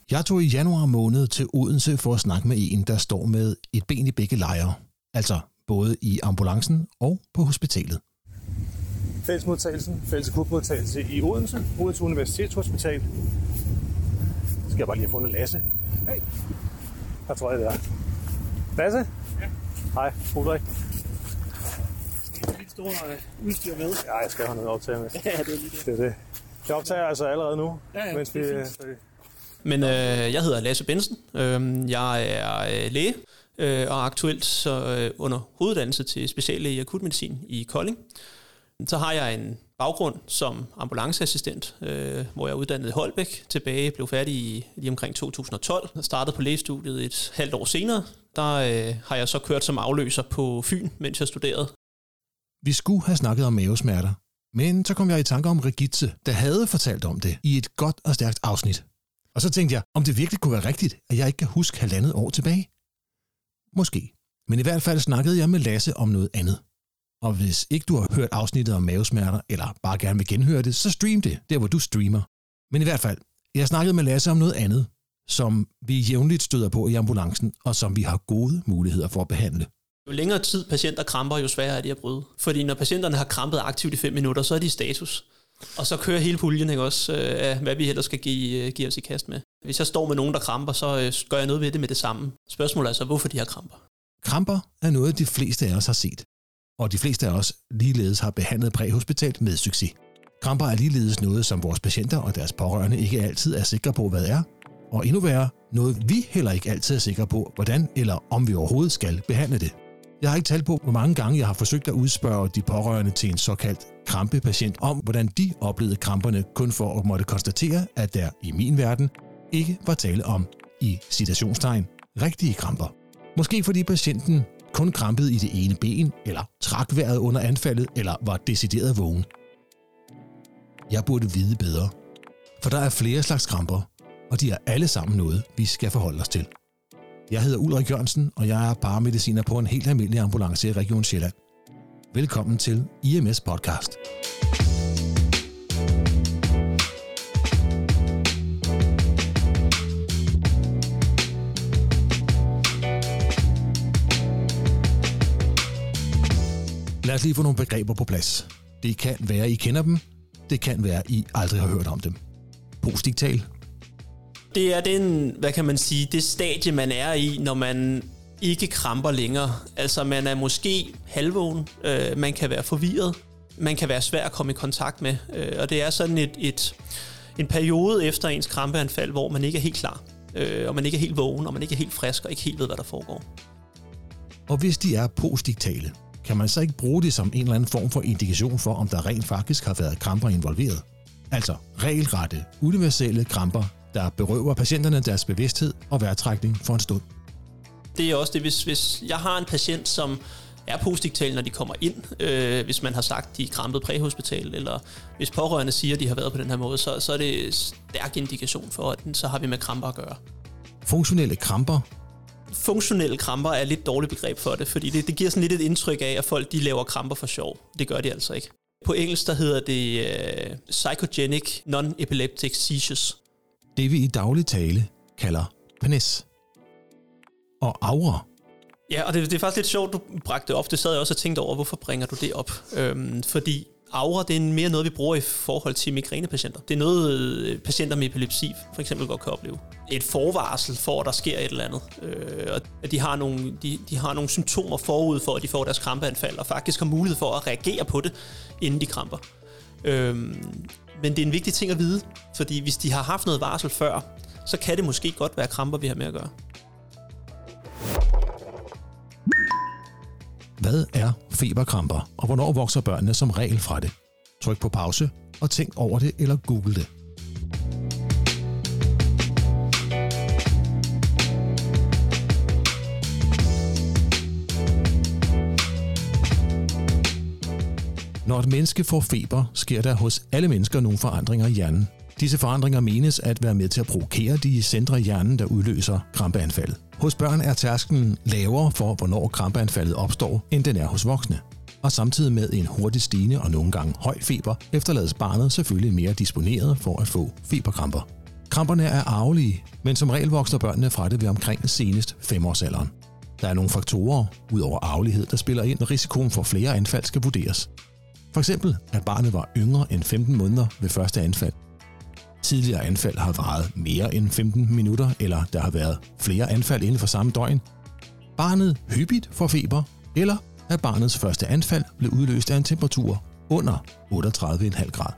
Jeg tog i januar måned til Odense for at snakke med en, der står med et ben i begge lejre. Altså både i ambulancen og på hospitalet. Fællesmodtagelsen, fælles akutmodtagelse i Odense, Odense Universitetshospital. Så skal jeg bare lige have fundet Lasse. Hey, her tror jeg det er. Lasse? Ja. Hej, Ulrik. Skal du lidt store udstyr med? Ja, jeg skal have noget optaget med. Ja, det er lige det. Det er det. Jeg optager altså allerede nu, Ja, mens vi... Men jeg hedder Lasse Bensen. Jeg er læge og aktuelt så under hoveduddannelse til speciallæge i akutmedicin i Kolding. Så har jeg en baggrund som ambulanceassistent, hvor jeg er uddannet i Holbæk. Tilbage blev færdig lige omkring 2012. Jeg startede på lægestudiet et halvt år senere. Der har jeg så kørt som afløser på Fyn, mens jeg studerede. Vi skulle have snakket om mavesmerter, men så kom jeg i tanke om Regitze, der havde fortalt om det i et godt og stærkt afsnit. Og så tænkte jeg, om det virkelig kunne være rigtigt, at jeg ikke kan huske 1,5 år tilbage. Måske. Men i hvert fald snakkede jeg med Lasse om noget andet. Og hvis ikke du har hørt afsnittet om mavesmerter, eller bare gerne vil genhøre det, så stream det, der hvor du streamer. Men i hvert fald, jeg snakkede med Lasse om noget andet, som vi jævnligt støder på i ambulancen, og som vi har gode muligheder for at behandle. Jo længere tid patienter kramper, jo sværere er de at bryde. Fordi når patienterne har krampet aktivt i 5 minutter, så er de i status. Og så kører hele puljen ikke også af, hvad vi ellers skal give os i kast med. Hvis jeg står med nogen, der kramper, så gør jeg noget ved det med det samme. Spørgsmålet er så, hvorfor de har kramper. Kramper er noget, de fleste af os har set. Og de fleste af os ligeledes har behandlet præhospitalt med succes. Kramper er ligeledes noget, som vores patienter og deres pårørende ikke altid er sikre på, hvad er. Og endnu værre, noget vi heller ikke altid er sikre på, hvordan eller om vi overhovedet skal behandle det. Jeg har ikke talt på, hvor mange gange jeg har forsøgt at udspørge de pårørende til en såkaldt krampepatient om, hvordan de oplevede kramperne, kun for at måtte konstatere, at der i min verden ikke var tale om, i citationstegn, rigtige kramper. Måske fordi patienten kun krampede i det ene ben, eller trak vejret under anfaldet, eller var decideret vågen. Jeg burde vide bedre, for der er flere slags kramper, og de er alle sammen noget, vi skal forholde os til. Jeg hedder Ulrik Jørgensen, og jeg er paramediciner på en helt almindelig ambulance i Region Sjælland. Velkommen til IMS Podcast. Lad os lige få nogle begreber på plads. Det kan være, I kender dem. Det kan være, I aldrig har hørt om dem. Postiktal. Det er den, hvad kan man sige, det stadie, man er i, når man ikke kramper længere. Altså, man er måske halvvågen, man kan være forvirret, man kan være svær at komme i kontakt med, og det er sådan en periode efter ens krampeanfald, hvor man ikke er helt klar, og man ikke er helt vågen, og man ikke er helt frisk, og ikke helt ved, hvad der foregår. Og hvis de er postdiktale, kan man så ikke bruge det som en eller anden form for indikation for, om der rent faktisk har været kramper involveret? Altså regelrette, universelle kramper, der berøver patienterne deres bevidsthed og vejrtrækning for en stund. Det er også det, hvis jeg har en patient, som er postdiktal, når de kommer ind, hvis man har sagt, de er krampet præhospital, eller hvis pårørende siger, at de har været på den her måde, så er det stærk indikation for, at så har vi med kramper at gøre. Funktionelle kramper? Funktionelle kramper er et lidt dårligt begreb for det, fordi det giver sådan lidt et indtryk af, at folk de laver kramper for sjov. Det gør de altså ikke. På engelsk der hedder det Psychogenic Non-Epileptic Seizures. Det vi i daglig tale kalder PNES. Og aura. Ja, og det er faktisk lidt sjovt, du bragte det op. Det sad jeg også og tænkte over, hvorfor bringer du det op? Fordi aura, det er mere noget, vi bruger i forhold til migrænepatienter. Det er noget, patienter med epilepsi for eksempel godt kan opleve. Et forvarsel for, at der sker et eller andet. Og at de har nogle symptomer forud for, at de får deres krampeanfald, og faktisk har mulighed for at reagere på det, inden de kramper. Men det er en vigtig ting at vide, fordi hvis de har haft noget varsel før, så kan det måske godt være kramper, vi har med at gøre. Hvad er feberkramper, og hvornår vokser børnene som regel fra det? Tryk på pause og tænk over det eller google det. Når et menneske får feber, sker der hos alle mennesker nogle forandringer i hjernen. Disse forandringer menes at være med til at provokere de centre i hjernen, der udløser krampeanfaldet. Hos børn er tærsklen lavere for, hvornår krampeanfaldet opstår, end den er hos voksne. Og samtidig med en hurtigt stigende og nogle gange høj feber, efterlades barnet selvfølgelig mere disponeret for at få feberkramper. Kramperne er arvelige, men som regel vokser børnene fra det ved omkring senest 5-årsalderen. Der er nogle faktorer, udover arvelighed, der spiller ind, når risikoen for flere anfald skal vurderes. For eksempel, at barnet var yngre end 15 måneder ved første anfald. Tidligere anfald har varet mere end 15 minutter, eller der har været flere anfald inden for samme døgn. Barnet hyppigt får feber, eller at barnets første anfald blev udløst af en temperatur under 38,5 grad.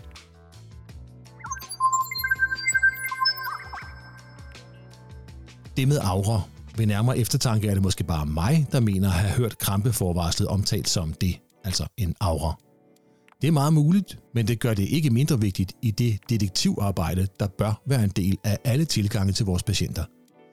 Det med aura. Ved nærmere eftertanke er det måske bare mig, der mener at have hørt krampeforvarslet omtalt som det, altså en aura. Det er meget muligt, men det gør det ikke mindre vigtigt i det detektivarbejde, der bør være en del af alle tilgange til vores patienter.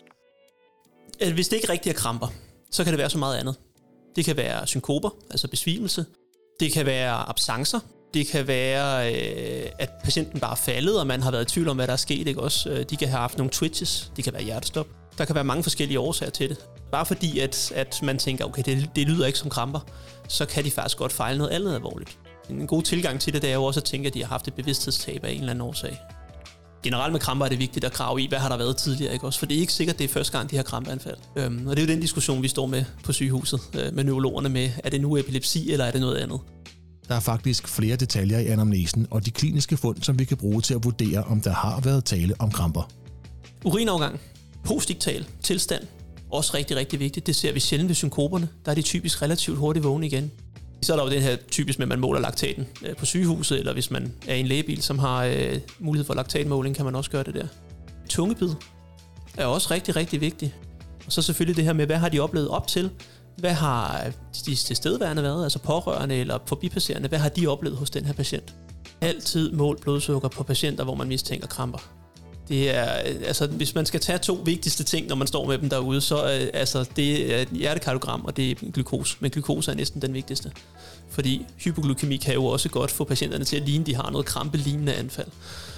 Hvis det ikke rigtig er kramper, så kan det være så meget andet. Det kan være synkoper, altså besvimelse. Det kan være absencer. Det kan være, at patienten bare er faldet, og man har været i tvivl om, hvad der er sket. Ikke? Også, de kan have haft nogle twitches. De kan være hjertestop. Der kan være mange forskellige årsager til det. Bare fordi, at man tænker, okay, det lyder ikke som kramper, så kan de faktisk godt fejle noget andet alvorligt. En god tilgang til det, det er jo også at tænke, at de har haft et bevidsthedstab af en eller anden årsag. Generelt med kramper er det vigtigt at grave i, hvad har der været tidligere, ikke også? For det er ikke sikkert, det er første gang, de har krampeanfald. Og det er jo den diskussion, vi står med på sygehuset med neurologerne med, er det nu epilepsi, eller er det noget andet? Der er faktisk flere detaljer i anamnesen og de kliniske fund, som vi kan bruge til at vurdere, om der har været tale om kramper. Urinafgang, postiktal, tilstand, også rigtig, rigtig vigtigt. Det ser vi sjældent ved synkoperne. Der er de typisk relativt hurtigt vågne igen. Så er der jo den her typisk med, at man måler laktaten på sygehuset, eller hvis man er i en lægebil, som har mulighed for laktatmåling, kan man også gøre det der. Tungebid er også rigtig, rigtig vigtigt. Og så selvfølgelig det her med, hvad har de oplevet op til? Hvad har de tilstedeværende været, altså pårørende eller forbipasserende? Hvad har de oplevet hos den her patient? Altid mål blodsukker på patienter, hvor man mistænker kramper. Det er, altså, hvis man skal tage 2 vigtigste ting, når man står med dem derude, så det er hjertekardiogram, og det er glukose. Men glukose er næsten den vigtigste. Fordi hypoglykemi kan jo også godt få patienterne til at ligne, de har noget krampelignende anfald.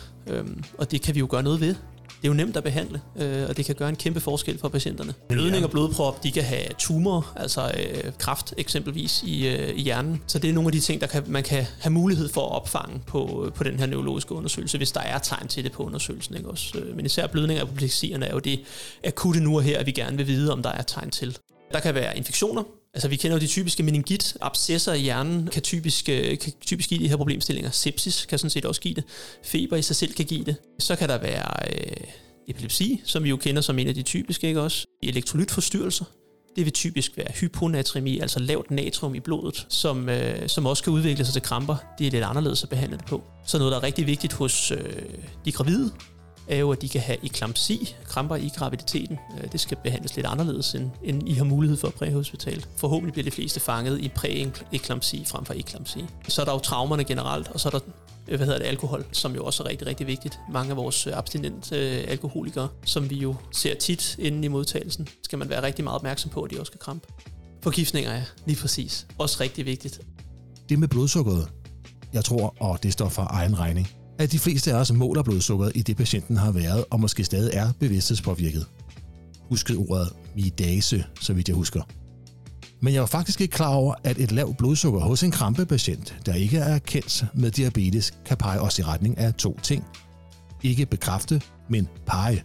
Og det kan vi jo gøre noget ved. Det er jo nemt at behandle, og det kan gøre en kæmpe forskel for patienterne. Blødning og blodprop, de kan have tumor, altså kræft eksempelvis i hjernen. Så det er nogle af de ting, man kan have mulighed for at opfange på den her neurologiske undersøgelse, hvis der er tegn til det på undersøgelsen. Ikke også? Men især blødning af apopleksierne er jo det akutte nu og her, at vi gerne vil vide, om der er tegn til. Der kan være infektioner. Altså vi kender jo de typiske meningit, abscesser i hjernen kan typisk give de her problemstillinger. Sepsis kan sådan set også give det. Feber i sig selv kan give det. Så kan der være epilepsi, som vi jo kender som en af de typiske, ikke også? Elektrolytforstyrrelser. Det vil typisk være hyponatremi, altså lavt natrium i blodet, som også kan udvikle sig til kramper. Det er lidt anderledes at behandle det på. Så noget, der er rigtig vigtigt hos de gravide, er jo, at de kan have eklampsi, kramper i graviditeten. Det skal behandles lidt anderledes, end I har mulighed for præhospitalt. Forhåbentlig bliver de fleste fanget i præeklampsi frem for eklampsi. Så er der jo traumerne generelt, og så er der alkohol, som jo også er rigtig, rigtig vigtigt. Mange af vores abstinent alkoholikere, som vi jo ser tit inden i modtagelsen, skal man være rigtig meget opmærksom på, at de også kan krampe. Forgiftninger er lige præcis også rigtig vigtigt. Det med blodsukkeret, jeg tror, og det står for egen regning, at de fleste af os måler blodsukkeret i det patienten har været og måske stadig er bevidsthedspåvirket. Husk ordet midase, så vidt jeg husker. Men jeg var faktisk ikke klar over, at et lavt blodsukker hos en krampepatient, der ikke er kendt med diabetes, kan pege os i retning af 2 ting. Ikke bekræfte, men pege.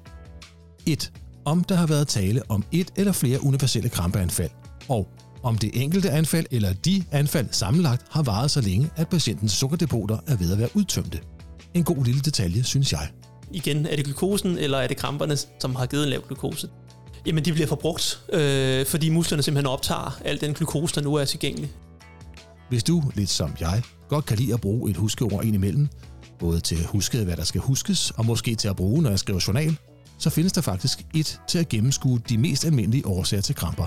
1. Om der har været tale om et eller flere universelle krampeanfald, og om det enkelte anfald eller de anfald sammenlagt har varet så længe, at patientens sukkerdepoter er ved at være udtømte. En god lille detalje, synes jeg. Igen, er det glukosen, eller er det kramperne, som har givet en lav glukose? Jamen, de bliver forbrugt, fordi musklerne simpelthen optager al den glukose, der nu er tilgængelig. Hvis du, lidt som jeg, godt kan lide at bruge et huskeord indimellem, både til at huske, hvad der skal huskes, og måske til at bruge, når jeg skriver journal, så findes der faktisk et til at gennemskue de mest almindelige årsager til kramper.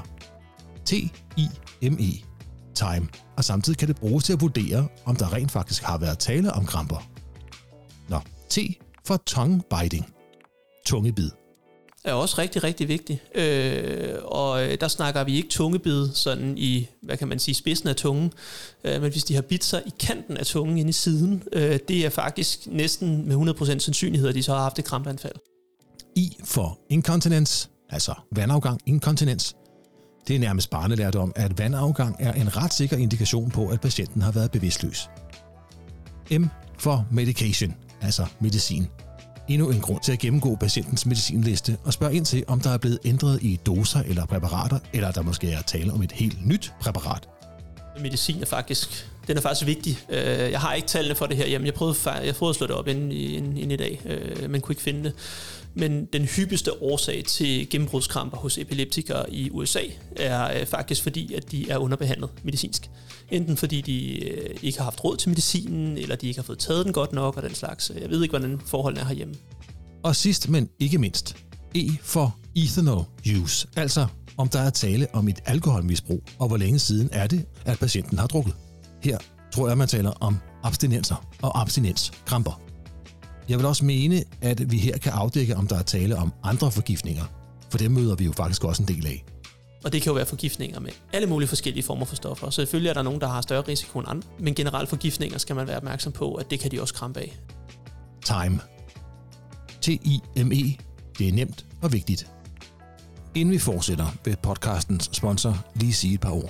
TIME, time, og samtidig kan det bruges til at vurdere, om der rent faktisk har været tale om kramper. T for tongue biting, tungebid. Er også rigtig, rigtig vigtigt. Og der snakker vi ikke tungebid sådan i, hvad kan man sige, spidsen af tungen. Men hvis de har bidt sig i kanten af tungen inde i siden, det er faktisk næsten med 100% sandsynlighed, at de så har haft et krampeanfald. I for inkontinens, altså vandafgang, inkontinens. Det er nærmest barnelærdom, at vandafgang er en ret sikker indikation på, at patienten har været bevidstløs. M for medication, altså medicin. endnu en grund til at gennemgå patientens medicinliste og spørge ind til, om der er blevet ændret i doser eller præparater, eller der måske er tale om et helt nyt præparat. Medicin er faktisk vigtig. Jeg har ikke tallene for det her hjemme. Jeg prøvede at slå det op inden i dag, men kunne ikke finde det. Men den hyppigste årsag til gennembrudskramper hos epileptikere i USA er faktisk fordi, at de er underbehandlet medicinsk. Enten fordi de ikke har haft råd til medicinen, eller de ikke har fået taget den godt nok og den slags. Jeg ved ikke, hvordan forholdene er herhjemme. Og sidst, men ikke mindst, E for ethanol use, altså om der er tale om et alkoholmisbrug, og hvor længe siden er det, at patienten har drukket. Her tror jeg, man taler om abstinenser og abstinenskramper. Jeg vil også mene, at vi her kan afdække, om der er tale om andre forgiftninger, for dem møder vi jo faktisk også en del af. Og det kan jo være forgiftninger med alle mulige forskellige former for stoffer. Så selvfølgelig er der nogen, der har større risiko end andre, men generelt forgiftninger skal man være opmærksom på, at det kan de også krampe af. Time. T-I-M-E. Det er nemt og vigtigt. Inden vi fortsætter, vil podcastens sponsor lige sige et par ord.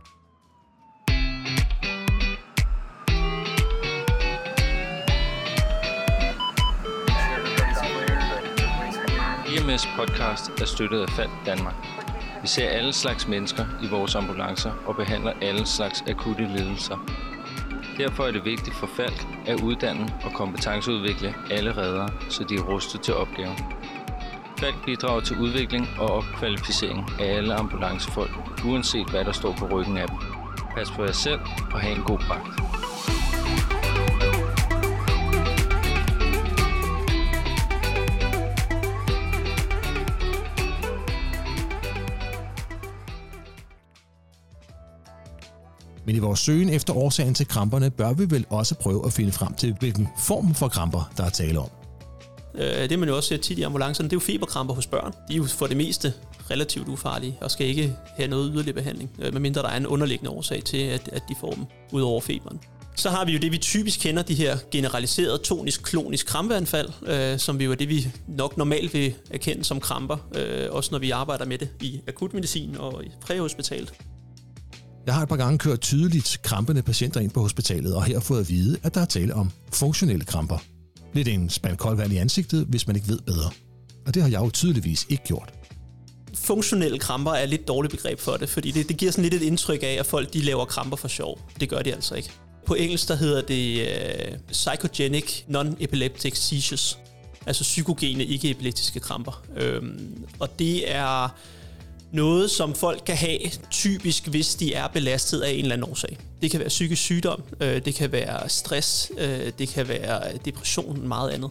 IMS podcast er støttet af Falck Danmark. Vi ser alle slags mennesker i vores ambulancer og behandler alle slags akutte lidelser. Derfor er det vigtigt for Falck at uddanne og kompetenceudvikle alle reddere, så de er rustet til opgaven. Falck bidrager til udvikling og opkvalificering af alle ambulancefolk, uanset hvad der står på ryggen af dem. Pas på jer selv og have en god vagt. Men i vores søgen efter årsagen til kramperne, bør vi vel også prøve at finde frem til, hvilken form for kramper, der er tale om. Det man jo også ser tit i ambulancerne, det er jo feberkramper hos børn. De er jo for det meste relativt ufarlige og skal ikke have noget yderligere behandling, medmindre der er en underliggende årsag til, at de får dem ud over feberen. Så har vi jo det, vi typisk kender, de her generaliserede tonisk-klonisk krampeanfald, som vi jo er det, vi nok normalt vil erkende som kramper, også når vi arbejder med det i akutmedicin og i præhospitalet. Jeg har et par gange kørt tydeligt krampende patienter ind på hospitalet, og her fået at vide, at der er tale om funktionelle kramper. Lidt en spand koldt vand i ansigtet, hvis man ikke ved bedre. Og det har jeg jo tydeligvis ikke gjort. Funktionelle kramper er et lidt dårligt begreb for det, fordi det giver sådan lidt et indtryk af, at folk de laver kramper for sjov. Det gør de altså ikke. På engelsk der hedder det psychogenic non-epileptic seizures, altså psykogene ikke-epileptiske kramper. Og det er noget, som folk kan have typisk, hvis de er belastet af en eller anden årsag. Det kan være psykisk sygdom, det kan være stress, det kan være depression, meget andet.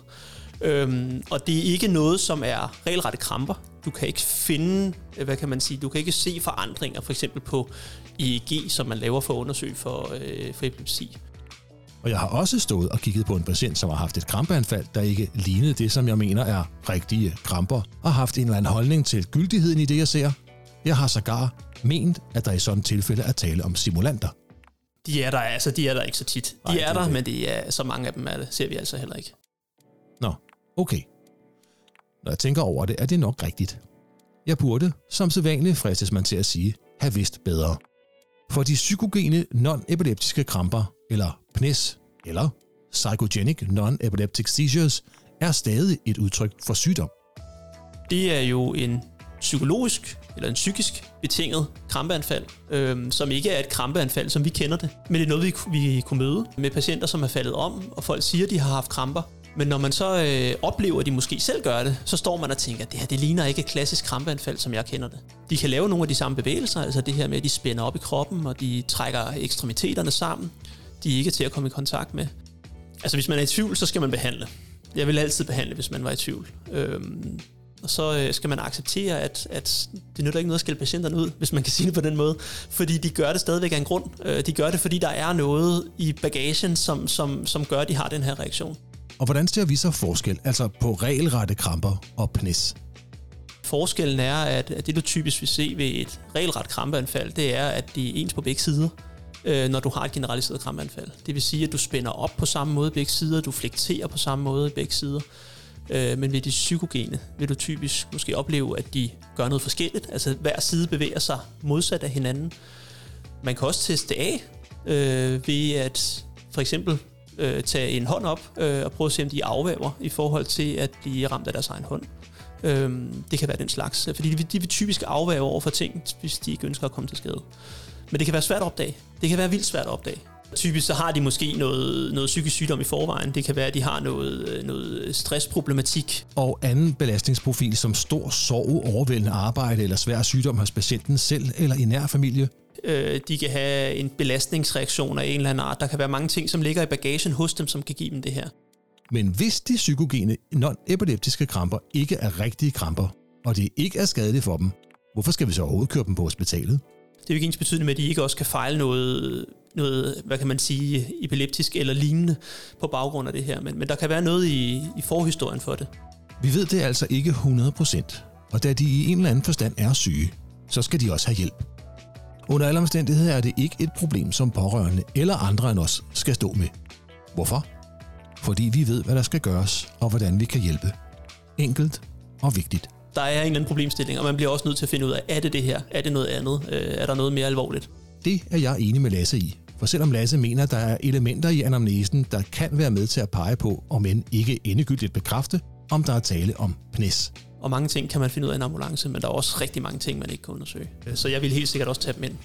Og det er ikke noget, som er regelrette kramper. Du kan ikke finde, du kan ikke se forandringer, for eksempel på EEG, som man laver for at undersøge for epilepsi. Og jeg har også stået og kigget på en patient, som har haft et krampeanfald, der ikke lignede det, som jeg mener er rigtige kramper, og haft en eller anden holdning til gyldigheden i det, jeg ser. Jeg har sågar ment, at der i sådan et tilfælde er tale om simulanter. De er der ikke så tit. De er der, men det er, så mange af dem ser vi altså heller ikke. Nå, okay. Når jeg tænker over det, er det nok rigtigt. Jeg burde, som sædvanligt fristes man til at sige, have vidst bedre. For de psykogene non-epileptiske kramper, eller PNES, eller psychogenic non-epileptic seizures, er stadig et udtryk for sygdom. Det er jo en psykologisk eller en psykisk betinget krampeanfald, som ikke er et krampeanfald, som vi kender det. Men det er noget, vi kunne møde med patienter, som er faldet om, og folk siger, at de har haft kramper. Men når man så oplever, at de måske selv gør det, så står man og tænker, at det ligner ikke et klassisk krampeanfald, som jeg kender det. De kan lave nogle af de samme bevægelser, altså det her med, at de spænder op i kroppen, og de trækker ekstremiteterne sammen. De er ikke til at komme i kontakt med. Altså hvis man er i tvivl, så skal man behandle. Jeg vil altid behandle, hvis man var i tvivl. Og så skal man acceptere, at det nytter ikke noget at skælde patienterne ud, hvis man kan sige det på den måde. Fordi de gør det stadigvæk af en grund. De gør det, fordi der er noget i bagagen, som gør, at de har den her reaktion. Og hvordan ser vi så forskel, altså på regelrette kramper og PNES? Forskellen er, at det du typisk vil se ved et regelret krampeanfald, det er, at det er ens på begge sider, når du har et generaliseret krampeanfald. Det vil sige, at du spænder op på samme måde i begge sider, du flekterer på samme måde i begge sider. Men ved de psykogene vil du typisk måske opleve, at de gør noget forskelligt. Altså hver side bevæger sig modsat af hinanden. Man kan også teste af ved at for eksempel tage en hånd op og prøve at se, om de afværger i forhold til at blive ramt af deres egen hånd. Det kan være den slags, fordi de vil typisk afværge over for ting, hvis de ikke ønsker at komme til skade. Men det kan være svært at opdage. Det kan være vildt svært at opdage. Typisk så har de måske noget psykisk sygdom i forvejen. Det kan være, at de har noget stressproblematik. Og anden belastningsprofil som stor sorg, overvældende arbejde eller svær sygdom hos patienten selv eller i nær familie. De kan have en belastningsreaktion af en eller anden art. Der kan være mange ting, som ligger i bagagen hos dem, som kan give dem det her. Men hvis de psykogene non-epileptiske kramper ikke er rigtige kramper, og de ikke er skadelige for dem, hvorfor skal vi så overhovedet køre dem på hospitalet? Det er jo ikke ensbetydende med, at de ikke også kan fejle noget, hvad kan man sige, epileptisk eller lignende på baggrund af det her. Men der kan være noget i forhistorien for det. Vi ved det altså ikke 100%, og da de i en eller anden forstand er syge, så skal de også have hjælp. Under alle omstændigheder er det ikke et problem, som pårørende eller andre end os skal stå med. Hvorfor? Fordi vi ved, hvad der skal gøres, og hvordan vi kan hjælpe. Enkelt og vigtigt. Der er en eller anden problemstilling, og man bliver også nødt til at finde ud af, er det her? Er det noget andet? Er der noget mere alvorligt? Det er jeg enig med Lasse i. For selvom Lasse mener, der er elementer i anamnesen, der kan være med til at pege på, om end ikke endegyldigt bekræfte, om der er tale om PNES. Og mange ting kan man finde ud af en ambulance, men der er også rigtig mange ting, man ikke kan undersøge. Så jeg vil helt sikkert også tage dem ind.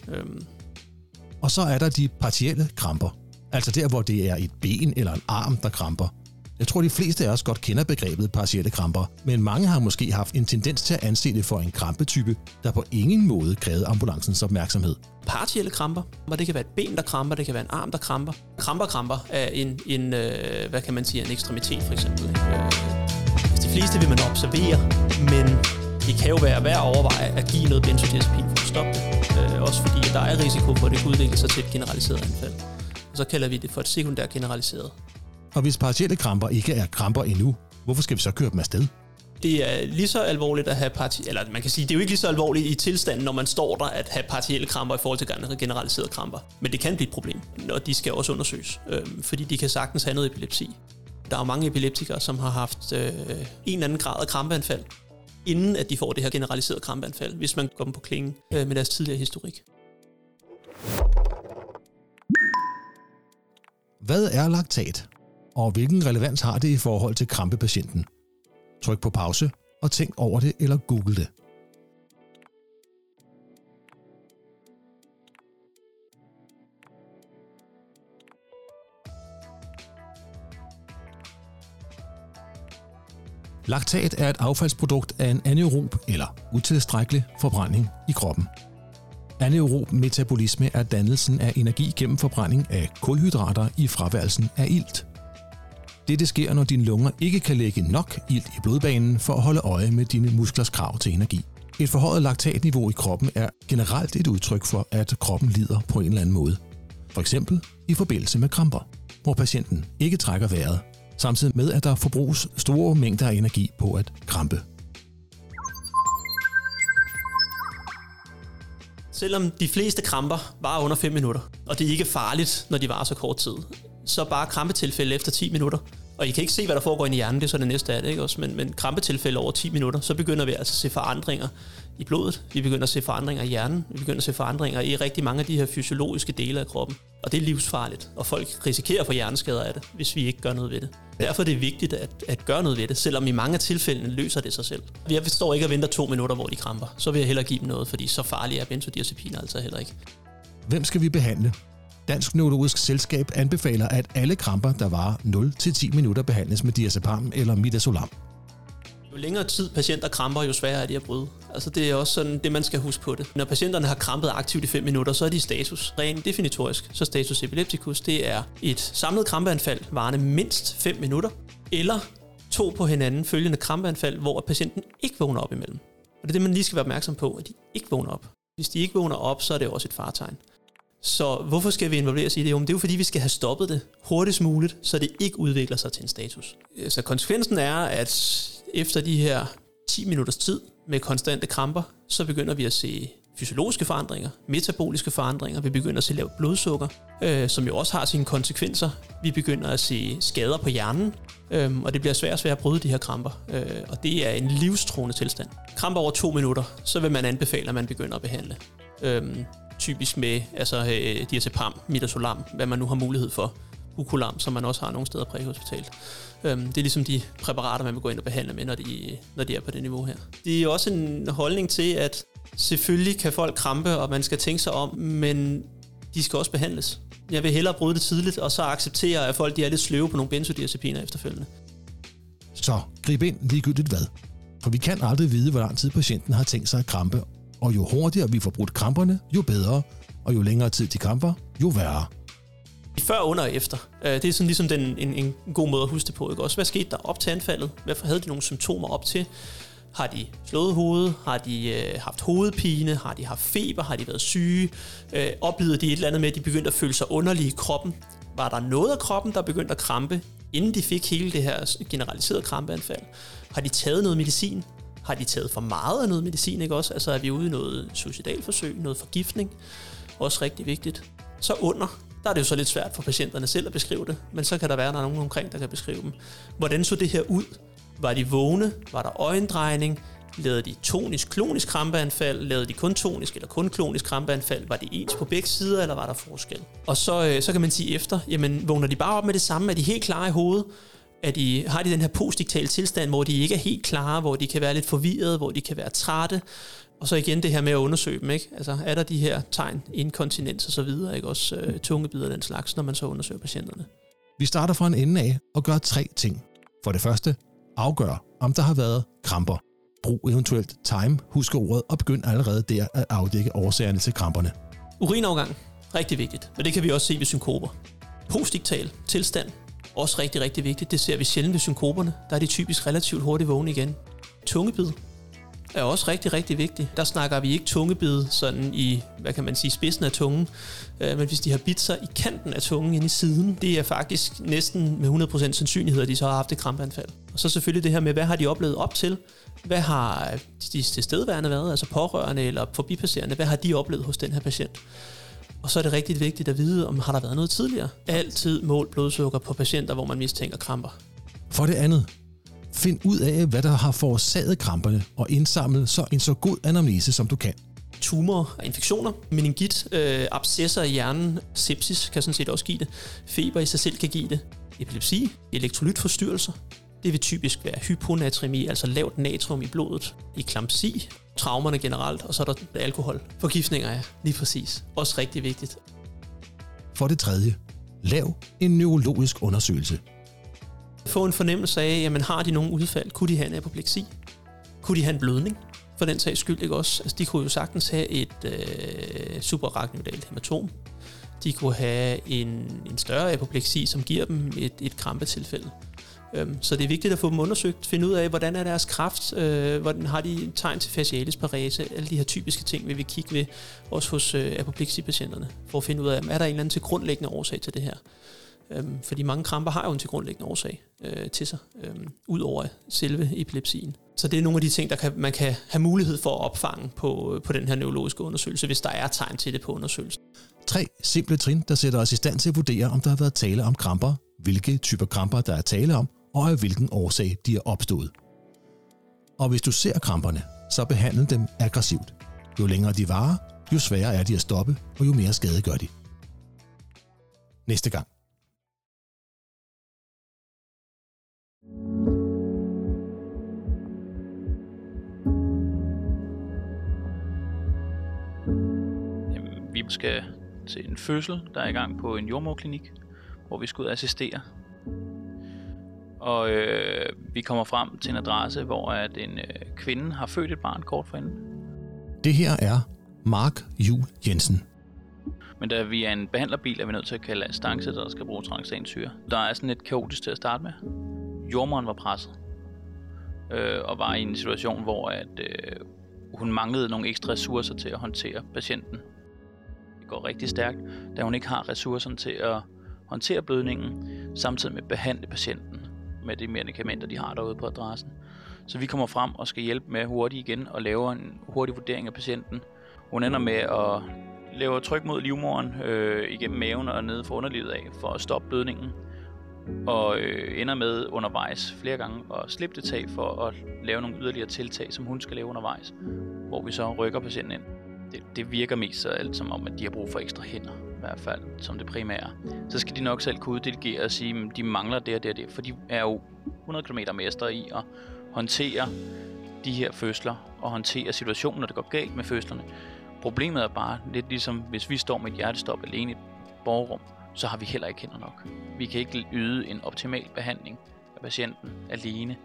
Og så er der de partielle kramper. Altså der, hvor det er et ben eller en arm, der kramper. Jeg tror, de fleste af os godt kender begrebet partielle kramper, men mange har måske haft en tendens til at anse det for en krampetype, der på ingen måde krævede ambulancens opmærksomhed. Partielle kramper, og det kan være et ben, der kramper, det kan være en arm, der kramper. Kramper er en hvad kan man sige, en ekstremitet for eksempel. De fleste vil man observere, men det kan jo være værd at overveje at give noget benzodiazepin for at stoppe det. Også fordi der er risiko for, at det kan udvikle sig til et generaliseret anfald. Og så kalder vi det for et sekundært generaliseret. Og hvis partielle kramper ikke er kramper endnu, hvorfor skal vi så køre dem afsted? Det er lige så alvorligt at have eller man kan sige, det er jo ikke lige så alvorligt i tilstanden, når man står der, at have partielle kramper i forhold til generaliserede kramper. Men det kan blive et problem, og de skal også undersøges, fordi de kan sagtens have noget epilepsi. Der er jo mange epileptikere, som har haft en eller anden grad af krampeanfald, inden at de får det her generaliserede krampeanfald, hvis man går dem på klingen med deres tidligere historik. Hvad er laktat? Og hvilken relevans har det i forhold til krampepatienten? Tryk på pause og tænk over det eller google det. Laktat er et affaldsprodukt af en anaerob eller utilstrækkelig forbrænding i kroppen. Anaerob metabolisme er dannelsen af energi gennem forbrænding af kulhydrater i fraværelsen af ilt. Dette sker, når dine lunger ikke kan lægge nok ilt i blodbanen for at holde øje med dine musklers krav til energi. Et forhøjet laktatniveau i kroppen er generelt et udtryk for, at kroppen lider på en eller anden måde. For eksempel i forbindelse med kramper, hvor patienten ikke trækker vejret, samtidig med at der forbruges store mængder af energi på at krampe. Selvom de fleste kramper varer under 5 minutter, og det er ikke farligt, når de varer så kort tid, så bare krampetilfælde efter 10 minutter. Og I kan ikke se, hvad der foregår inde i hjernen, det er så det næste af det, ikke også? Men krampetilfælde over 10 minutter, så begynder vi altså at se forandringer i blodet. Vi begynder at se forandringer i hjernen. Vi begynder at se forandringer i rigtig mange af de her fysiologiske dele af kroppen. Og det er livsfarligt, og folk risikerer at få hjerneskader af det, hvis vi ikke gør noget ved det. Derfor er det vigtigt at gøre noget ved det, selvom i mange af tilfældene løser det sig selv. Jeg står ikke og venter 2 minutter, hvor de kramper. Så vil jeg hellere give dem noget, fordi så farlige er benzodiazepiner altså heller ikke. Hvem skal vi behandle? Dansk Neurologisk Selskab anbefaler, at alle kramper, der varer 0-10 minutter, behandles med diazepam eller midazolam. Jo længere tid patienter kramper, jo sværere er de at bryde. Altså det er også sådan det, man skal huske på det. Når patienterne har krampet aktivt i 5 minutter, så er de status. Rent definitorisk, så status epilepticus, det er et samlet krampeanfald varende mindst 5 minutter, eller 2 på hinanden følgende krampeanfald, hvor patienten ikke vågner op imellem. Og det er det, man lige skal være opmærksom på, at de ikke vågner op. Hvis de ikke vågner op, så er det også et faretegn. Så hvorfor skal vi involveres i det? Jo, men det er jo fordi, vi skal have stoppet det hurtigst muligt, så det ikke udvikler sig til en status. Så konsekvensen er, at efter de her 10 minutters tid med konstante kramper, så begynder vi at se fysiologiske forandringer, metaboliske forandringer, vi begynder at se lavt blodsukker, som jo også har sine konsekvenser. Vi begynder at se skader på hjernen, og det bliver svært og svært at bryde de her kramper, og det er en livstruende tilstand. Kramper over 2 minutter, så vil man anbefale, at man begynder at behandle. Typisk med diazepam, midazolam, hvad man nu har mulighed for. Ucolam, som man også har nogle steder præhospitalt. Det er ligesom de præparater, man vil gå ind og behandle med, når de er på det niveau her. Det er også en holdning til, at selvfølgelig kan folk krampe, og man skal tænke sig om, men de skal også behandles. Jeg vil hellere bryde det tidligt, og så acceptere, at folk de er lidt sløve på nogle benzodiazepiner efterfølgende. Så grib ind ligegyldigt hvad. For vi kan aldrig vide, hvor lang tid patienten har tænkt sig at krampe, og jo hurtigere vi får brudt kramperne, jo bedre, og jo længere tid de kramper, jo værre. Før, under og efter. Det er sådan ligesom en god måde at huske det på. Ikke? Også, hvad skete der op til anfaldet? Hvad havde de nogle symptomer op til? Har de slået hovedet? Har de haft hovedpine? Har de haft feber? Har de været syge? Oplevede de et eller andet med, at de begyndte at føle sig underlige i kroppen? Var der noget af kroppen, der begyndte at krampe, inden de fik hele det her generaliserede krampeanfald? Har de taget noget medicin? Har de taget for meget af noget medicin? Ikke også? Altså er vi ude i noget suicidalforsøg, noget forgiftning? Også rigtig vigtigt. Så under. Der er det jo så lidt svært for patienterne selv at beskrive det, men så kan der være nogen omkring, der kan beskrive dem. Hvordan så det her ud? Var de vågne? Var der øjendrejning? Lavede de tonisk-klonisk krampeanfald? Lavede de kun tonisk eller kun klonisk krampeanfald? Var det ens på begge sider, eller var der forskel? Og så kan man sige efter, jamen vågner de bare op med det samme? Er de helt klare i hovedet? Har de den her postdiktale tilstand, hvor de ikke er helt klare, hvor de kan være lidt forvirrede, hvor de kan være trætte? Og så igen det her med at undersøge dem, ikke? Altså er der de her tegn, inkontinens og så videre, ikke? Også tungebider og den slags, når man så undersøger patienterne. Vi starter fra en ende af og gør 3 ting. For det første, afgør, om der har været kramper. Brug eventuelt time, husk ordet og begynd allerede der at afdække årsagerne til kramperne. Urinafgang, rigtig vigtigt, men det kan vi også se ved synkoper. Postdiktal tilstand, også rigtig, rigtig vigtigt. Det ser vi sjældent ved synkoperne. Der er de typisk relativt hurtigt vågne igen. Tungebid er også rigtig, rigtig vigtigt. Der snakker vi ikke tungebid sådan i, spidsen af tungen, men hvis de har bidt sig i kanten af tungen inde i siden, det er faktisk næsten med 100% sandsynlighed, at de så har haft et krampeanfald. Og så selvfølgelig det her med, hvad har de oplevet op til? Hvad har de tilstedeværende været, altså pårørende eller forbipasserende, hvad har de oplevet hos den her patient? Og så er det rigtig vigtigt at vide, om har der været noget tidligere. Altid mål blodsukker på patienter, hvor man mistænker kramper. For det andet, find ud af, hvad der har forårsaget kramperne, og indsamle en så god anamnese, som du kan. Tumor og infektioner, meningit, abscesser i hjernen, sepsis kan sådan set også give det. Feber i sig selv kan give det. Epilepsi, elektrolytforstyrrelser. Det vil typisk være hyponatremi, altså lavt natrium i blodet. Eklampsi, traumerne generelt, og så er der alkohol. Forgiftninger er lige præcis. Også rigtig vigtigt. For det tredje, lav en neurologisk undersøgelse. Få en fornemmelse af, jamen har de nogle udfald? Kunne de have en apopleksi? Kunne de have en blødning? For den sags skyld ikke også. Altså, de kunne jo sagtens have et subarachnoidalt hematom. De kunne have en større apopleksi, som giver dem et krampetilfælde. Så det er vigtigt at få dem undersøgt, finde ud af, hvordan er deres kræft, hvordan har de tegn til facialis parese, alle de her typiske ting vil vi kigge ved, også hos apopleksipatienterne, for at finde ud af, er der en eller anden til grundlæggende årsag til det her. Fordi mange kramper har jo en til grundlæggende årsag til sig, ud over selve epilepsien. Så det er nogle af de ting, man kan have mulighed for at opfange på den her neurologiske undersøgelse, hvis der er tegn til det på undersøgelsen. 3 simple trin, der sætter os i stand til at vurdere, om der har været tale om kramper, hvilke typer kramper der er tale om, og af hvilken årsag de er opstået. Og hvis du ser kramperne, så behandle dem aggressivt. Jo længere de varer, jo sværere er de at stoppe, og jo mere skade gør de. Næste gang. Vi skal til en fødsel, der er i gang på en jordemoderklinik, hvor vi skal ud og assistere. Og vi kommer frem til en adresse, hvor at en kvinde har født et barn kort forinden. Det her er Mark Juhl Jensen. Men da vi er en behandlerbil, er vi nødt til at kalde astance, der skal bruge tranxansyre. Der er sådan lidt kaotisk til at starte med. Jordemoderen var presset og var i en situation, hvor at, hun manglede nogle ekstra ressourcer til at håndtere patienten. Det går rigtig stærkt, da hun ikke har ressourcerne til at håndtere blødningen, samtidig med at behandle patienten med de medicamenter, de har derude på adressen. Så vi kommer frem og skal hjælpe med hurtigt igen og lave en hurtig vurdering af patienten. Hun ender med at lave tryk mod livmoderen igennem maven og ned for underlivet af for at stoppe blødningen. Og ender med undervejs flere gange at slippe det tag for at lave nogle yderligere tiltag, som hun skal lave undervejs, hvor vi så rykker patienten ind. Det virker mest så alt som om, at de har brug for ekstra hænder. i hvert fald som det primære, så skal de nok selv kunne uddelegere og sige, at de mangler det og det og det, for de er jo 100 km mestre i at håndtere de her fødsler og håndtere situationen, når det går galt med fødslerne. Problemet er bare lidt ligesom, hvis vi står med et hjertestop alene i et borgerrum, så har vi heller ikke hænder nok. Vi kan ikke yde en optimal behandling af patienten alene.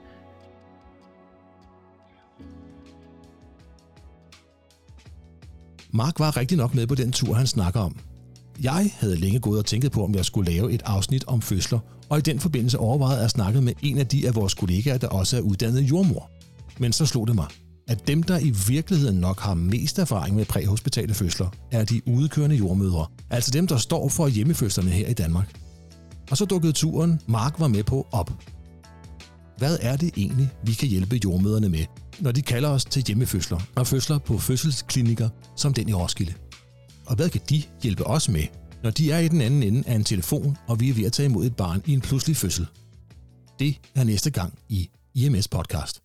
Mark var rigtig nok med på den tur, han snakker om. Jeg havde længe gået og tænkt på, om jeg skulle lave et afsnit om fødsler, og i den forbindelse overvejede at snakke med en af vores kollegaer, der også er uddannet jordmor. Men så slog det mig, at dem, der i virkeligheden nok har mest erfaring med præhospitale fødsler, er de udkørende jordmødre, altså dem, der står for hjemmefødslerne her i Danmark. Og så dukkede turen, Mark var med på, op. Hvad er det egentlig, vi kan hjælpe jordmødrene med, når de kalder os til hjemmefødsler og fødsler på fødselsklinikker som den i Roskilde? Og hvad kan de hjælpe os med, når de er i den anden ende af en telefon, og vi er ved at tage imod et barn i en pludselig fødsel? Det er næste gang i IMS Podcast.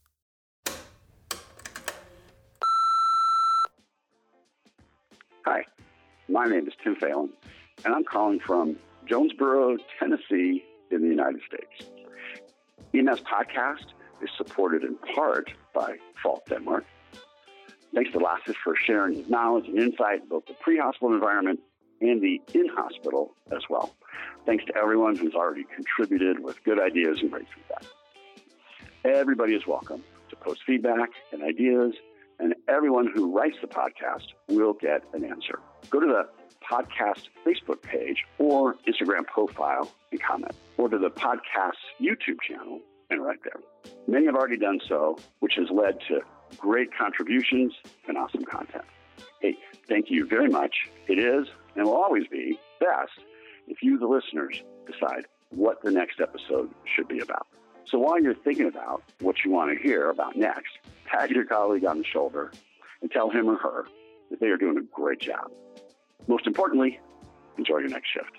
Hi, my name is Tim Phelan, and I'm calling from Jonesboro, Tennessee in the United States. EMS Podcast is supported in part by Falk Denmark. Thanks to Lasse for sharing his knowledge and insight in both the pre-hospital environment and the in-hospital as well. Thanks to everyone who's already contributed with good ideas and great feedback. Everybody is welcome to post feedback and ideas, and everyone who writes the podcast will get an answer. Go to the podcast Facebook page or Instagram profile and comment, or to the podcast's YouTube channel and right there. Many have already done so, which has led to great contributions and awesome content. Hey, thank you very much. It is and will always be best if you, the listeners, decide what the next episode should be about. So while you're thinking about what you want to hear about next, pat your colleague on the shoulder and tell him or her that they are doing a great job. Most importantly, enjoy your next shift.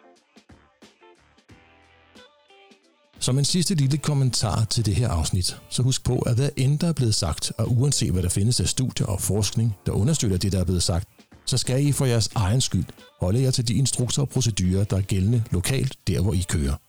Som en sidste lille kommentar til det her afsnit, så husk på, at hvad end der er blevet sagt, og uanset hvad der findes af studier og forskning, der understøtter det, der er blevet sagt, så skal I for jeres egen skyld holde jer til de instrukser og procedurer, der er gældende lokalt, der hvor I kører.